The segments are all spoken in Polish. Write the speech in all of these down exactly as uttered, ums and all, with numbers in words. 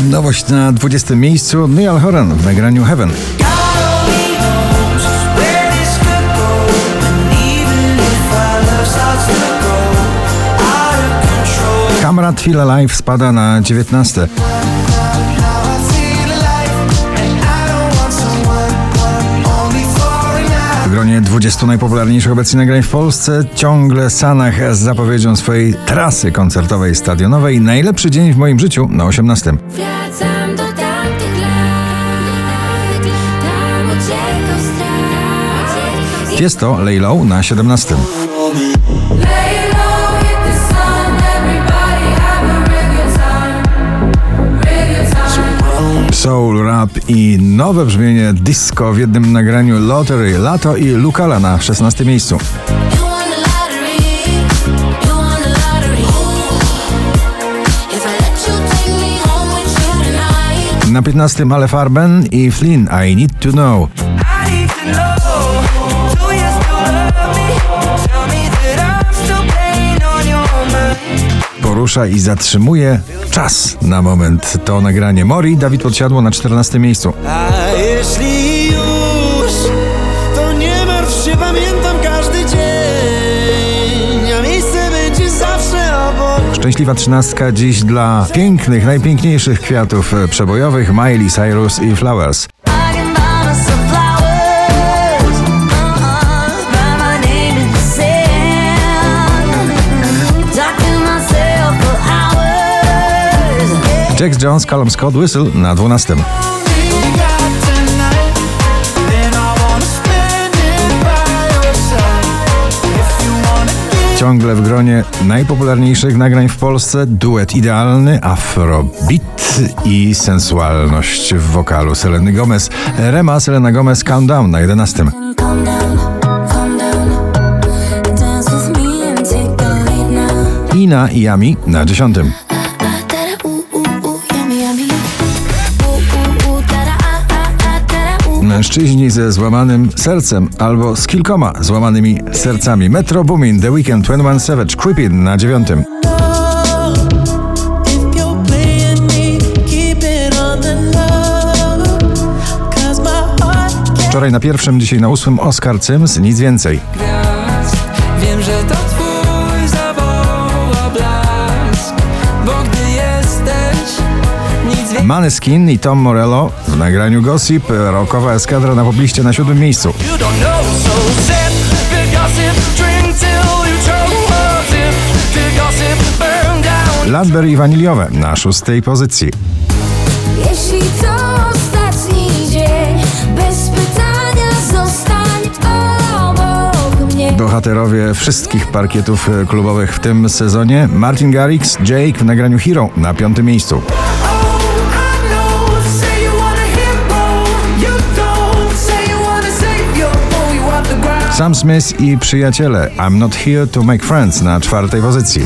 Nowość na dwudziestym miejscu. Niall Horan w nagraniu Heaven. Kamrat Feel Alive spada na dziewiętnaste. W gronie dwudziestu najpopularniejszych obecnie nagrań w Polsce ciągle Sanach z zapowiedzią swojej trasy koncertowej stadionowej. Najlepszy dzień w moim życiu na osiemnastym. Wracam do tamtych lat, tam uciekał strach. Tiesto Lay Low na siedemnastym. Soul, rap i nowe brzmienie disco w jednym nagraniu Lottery, Lato i Lukala na szesnastym miejscu. Na piętnastym Ale Farben i Flynn, I Need to Know. Porusza i zatrzymuje czas na moment. To nagranie Mori, Dawid Podsiadło na czternastym miejscu. A jeśli już, to nie martw się, pamiętam każdy dzień, a miejsce będzie zawsze obok. Szczęśliwa trzynastka dziś dla pięknych, najpiękniejszych kwiatów przebojowych Miley Cyrus i Flowers. Jax Jones, Callum Scott, Whistle na dwunastym. Ciągle w gronie najpopularniejszych nagrań w Polsce duet idealny, afrobeat i sensualność w wokalu Seleny Gomez. Rema, Selena Gomez, Calm Down na jedenastym. Ina i Yami na dziesiątym. Mężczyźni ze złamanym sercem albo z kilkoma złamanymi sercami. Metro Boomin, The Weeknd, dwadzieścia jeden Savage, Creepy na dziewiątym. Wczoraj na pierwszym, dzisiaj na ósmym Oscar Sims, Nic więcej. Wiem, że to twój zawoła blask, bo gdy jesteś nic więcej. Maneskin i Tom Morello w nagraniu Gossip, rockowa eskadra na pobliście na siódmym miejscu. Ladber i Waniliowe na szóstej pozycji. Jeśli to ostatni dzień, bez pytania zostań obok mnie. Bohaterowie wszystkich parkietów klubowych w tym sezonie. Martin Garrix, Jake w nagraniu Hero na piątym miejscu. Sam Smith i Przyjaciele, I'm Not Here to Make Friends na czwartej pozycji.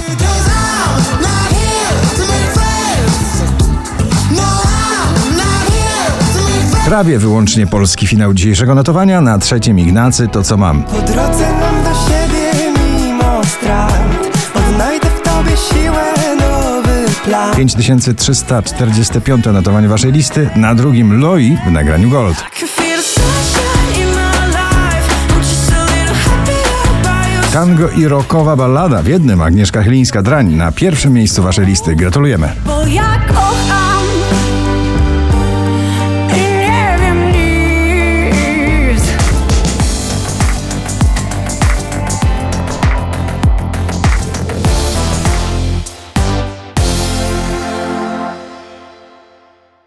Prawie wyłącznie polski finał dzisiejszego notowania. Na trzecim Ignacy, To co mam. Po drodze mam do siebie mimo strat, odnajdę w tobie siłę, nowy plan. pięć tysięcy trzysta czterdzieste piąte notowanie waszej listy. Na drugim Loi w nagraniu Gold. Tango i rockowa ballada w jednym Agnieszka Chylińska, Drań na pierwszym miejscu waszej listy. Gratulujemy. Bo ja kocham.